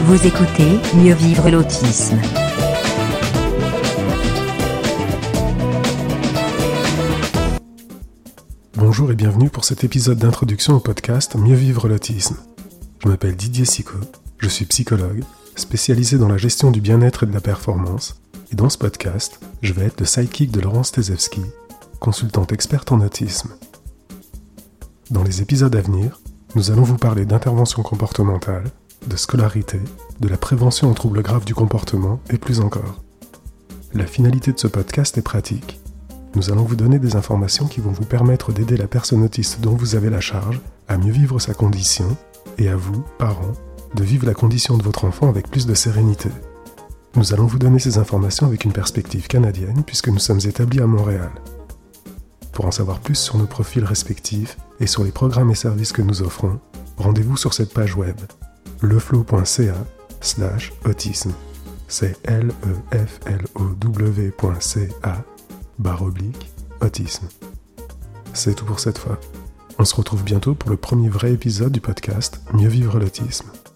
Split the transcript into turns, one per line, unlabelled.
Vous écoutez Mieux vivre l'autisme.
Bonjour et bienvenue pour cet épisode d'introduction au podcast Mieux vivre l'autisme. Je m'appelle Didier Sicot, je suis psychologue, spécialisé dans la gestion du bien-être et de la performance, et dans ce podcast, je vais être le sidekick de Laurence Tezewski, consultante experte en autisme. Dans les épisodes à venir, nous allons vous parler d'intervention comportementale, de scolarité, de la prévention aux troubles graves du comportement et plus encore. La finalité de ce podcast est pratique. Nous allons vous donner des informations qui vont vous permettre d'aider la personne autiste dont vous avez la charge à mieux vivre sa condition et à vous, parents, de vivre la condition de votre enfant avec plus de sérénité. Nous allons vous donner ces informations avec une perspective canadienne puisque nous sommes établis à Montréal. Pour en savoir plus sur nos profils respectifs et sur les programmes et services que nous offrons, rendez-vous sur cette page web leflow.ca/autisme. C'est leflow.ca/autisme. C'est tout pour cette fois. On se retrouve bientôt pour le premier vrai épisode du podcast Mieux vivre l'autisme.